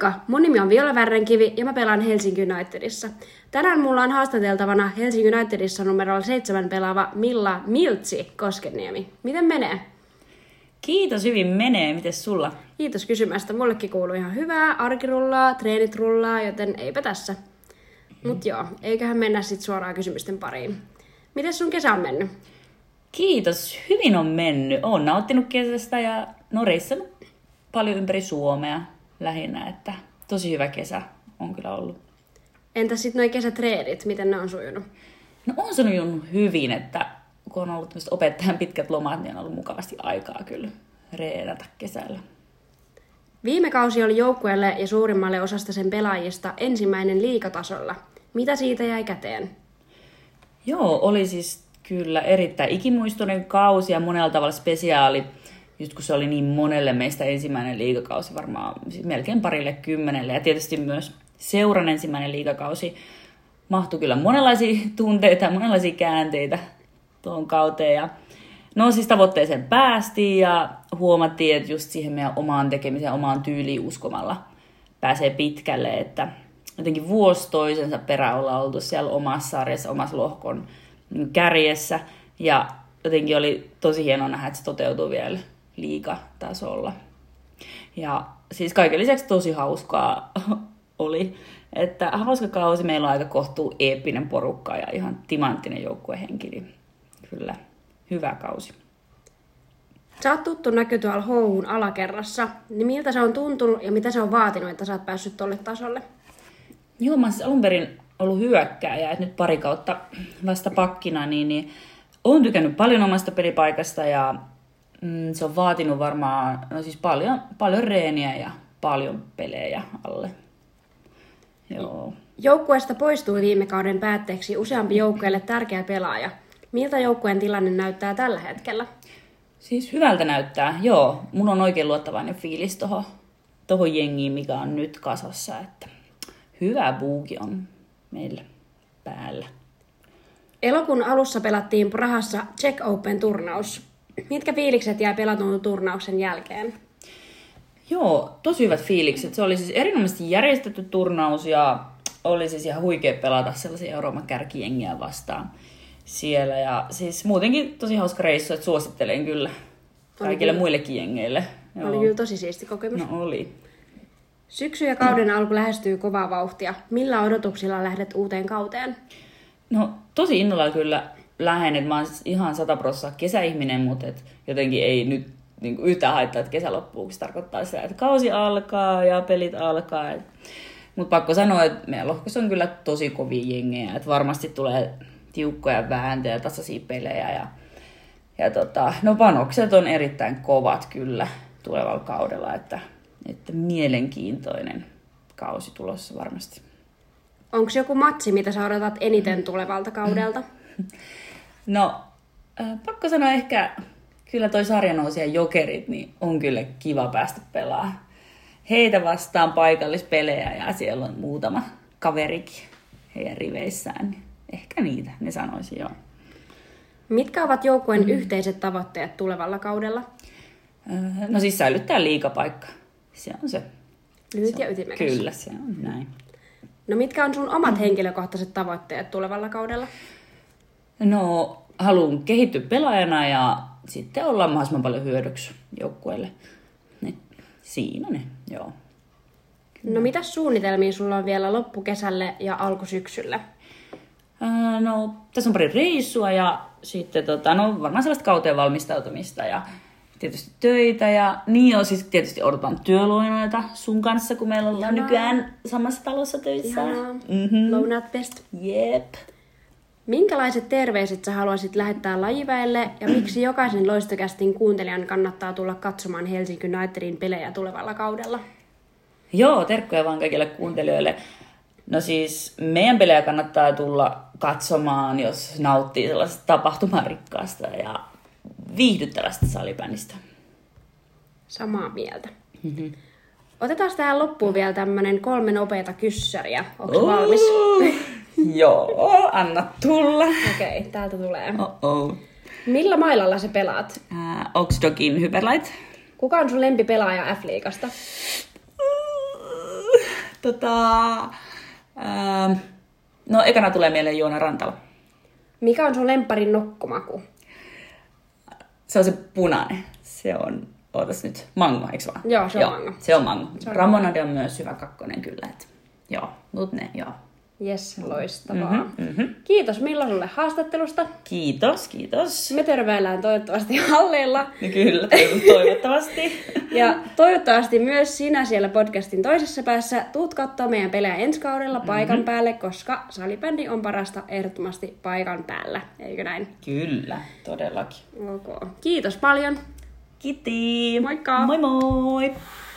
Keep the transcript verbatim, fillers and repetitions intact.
Moikka, mun nimi on Viola Värrenkivi ja mä pelaan Helsinki Unitedissa. Tänään mulla on haastateltavana Helsinki Unitedissa numerolla seitsemän pelaava Milla Miltsi Koskeniemi. Miten menee? Kiitos, hyvin menee. Mites sulla? Kiitos kysymästä. Mullekin kuuluu ihan hyvää. Arki rullaa, treenit rullaa, joten eipä tässä. Mut joo, eiköhän mennä sit suoraan kysymysten pariin. Miten sun kesä on mennyt? Kiitos, hyvin on mennyt. Oon nauttinut kesästä ja no reissannut paljon ympäri Suomea lähinnä, että tosi hyvä kesä on kyllä ollut. Entä sitten noi kesätreenit, miten ne on sujunut? No on sujunut hyvin, että kun on ollut tämmöiset opettajan pitkät lomat, niin on ollut mukavasti aikaa kyllä reenata kesällä. Viime kausi oli joukkueelle ja suurimmalle osasta sen pelaajista ensimmäinen liigatasolla. Mitä siitä jäi käteen? Joo, oli siis kyllä erittäin ikimuistoinen kausi ja monella tavalla spesiaali. Just kun se oli niin monelle meistä ensimmäinen liigakausi, varmaan siis melkein parille kymmenelle. Ja tietysti myös seuran ensimmäinen liigakausi mahtui kyllä monenlaisia tunteita ja monenlaisia käänteitä tuon kauteen. Ja no siis tavoitteeseen päästiin ja huomattiin, että just siihen meidän omaan tekemiseen, omaan tyyliin uskomalla pääsee pitkälle. Että jotenkin vuosi toisensa perään ollaan oltu siellä omassa sarjassa, omassa lohkon kärjessä. Ja jotenkin oli tosi hienoa nähdä, että se toteutuu vielä liigatasolla. Ja siis kaiken lisäksi tosi hauskaa oli, että hauska kausi, meillä on aika kohtuu eeppinen porukka ja ihan timanttinen joukkuehenki, niin kyllä hyvä kausi. Sä oot tuttu näky tuolla H U:n alakerrassa, niin miltä se on tuntunut ja mitä se on vaatinut, että sä oot päässyt tolle tasolle? Joo, mä oon siis alun perin ollut hyökkääjä, että nyt pari kautta vasta pakkina, niin, niin oon tykännyt paljon omasta pelipaikasta ja mm, se on vaatinut varmaan no siis paljon, paljon reeniä ja paljon pelejä alle. Joo. Joukkueesta poistui viime kauden päätteeksi useampi joukkueelle tärkeä pelaaja. Miltä joukkueen tilanne näyttää tällä hetkellä? Siis hyvältä näyttää, joo. Mun on oikein luottavainen fiilis tohon, tohon jengiin, mikä on nyt kasassa. Että hyvä buuki on meillä päällä. Elokuun alussa pelattiin Prahassa Czech Open-turnaus. Mitkä fiilikset jäi pelatun turnauksen jälkeen? Joo, tosi hyvät fiilikset. Se oli siis erinomaisesti järjestetty turnaus ja oli siis ihan huikea pelata sellaisia Euroopan kärkijengiä vastaan siellä. Ja siis muutenkin tosi hauska reissu, että suosittelen kyllä kaikille oli muillekin jengeille. Joo. Oli kyllä tosi siisti kokemus. No oli. Syksy ja kauden alku lähestyy kovaa vauhtia. Millä odotuksilla lähdet uuteen kauteen? No tosi innolla kyllä lähden, että mä oon siis ihan sata prosenttia kesäihminen, mutta et jotenkin ei nyt niin yhtään haittaa, että kesä loppuu, se tarkoittaa sitä, että kausi alkaa ja pelit alkaa. Mutta pakko sanoa, että meidän lohkossa on kyllä tosi kovia jengejä, että varmasti tulee tiukkoja vääntöjä ja tasaisia pelejä. Ja, ja tota, no panokset on erittäin kovat kyllä tulevalla kaudella, että, että mielenkiintoinen kausi tulossa varmasti. Onko joku matsi, mitä sä odotat eniten tulevalta kaudelta? No, äh, pakko sanoa ehkä, kyllä toi sarjanousija Jokerit, niin on kyllä kiva päästä pelaamaan. Heitä vastaan paikallispelejä ja siellä on muutama kaverikin heidän riveissään. Niin ehkä niitä, ne sanoisin joo. Mitkä ovat joukkueen mm. yhteiset tavoitteet tulevalla kaudella? Äh, no siis säilyttää liigapaikka. Se on se. Lyhyt se ja ytimekäs. Kyllä, se on näin. No mitkä on sun omat henkilökohtaiset tavoitteet tulevalla kaudella? No, haluan kehittyä pelaajana ja sitten olla mahdollisimman paljon hyödyksi joukkueelle. Niin, siinä ne, joo. Kyllä. No mitäs suunnitelmia sulla on vielä loppukesälle ja alkusyksylle? Ää, no, tässä on pari reissua ja sitten tota, no, varmaan sellaista kauteen valmistautumista ja tietysti töitä. Ja niin on siis tietysti odotan työloinoita sun kanssa, kun meillä ollaan Ihanaa. Nykyään samassa talossa töissä. Ihanaa. Mm-hmm. Lounaat best. Jep. Minkälaiset terveiset sä haluaisit lähettää lajiväelle ja miksi jokaisen Loistokästin kuuntelijan kannattaa tulla katsomaan Helsinki Unitedin pelejä tulevalla kaudella? Joo, terkkoja vaan kaikille kuuntelijoille. No siis meidän pelejä kannattaa tulla katsomaan, jos nauttii sellaisesta tapahtumarikkaasta ja viihdyttävästä salibändistä. Samaa mieltä. Mm-hmm. Otetaan tähän loppuun vielä tämmönen kolme nopeata kyssäriä. Onko oh! valmis? Joo, anna tulla. Okei, okay, täältä tulee. Oh-oh. Millä mailalla sä pelaat? Uh, Oxdogin Hyperlight. Kuka on sun lempipelaaja F-liigasta? tota, ähm, no ekana tulee mieleen Joona Rantala. Mikä on sun lempparin nokkomaku? Se on se punainen. Se on, ootas nyt, mango, eikö vaan? Joo, se on mango. Se on mango. Se on Ramonade on myös hyvä kakkonen kyllä. Et, joo, mut ne, joo. Jes, loistavaa. Mm-hmm, mm-hmm. Kiitos Milla sulle haastattelusta. Kiitos, kiitos. Me törmäillään toivottavasti halleilla. No kyllä, toivottavasti. Ja toivottavasti myös sinä siellä podcastin toisessa päässä tuut katsoa meidän pelejä ensi kaudella paikan mm-hmm. päälle, koska salibändi on parasta ehdottomasti paikan päällä. Eikö näin? Kyllä, todellakin. Ok. Kiitos paljon. Kiitos. Moikka. Moi moi.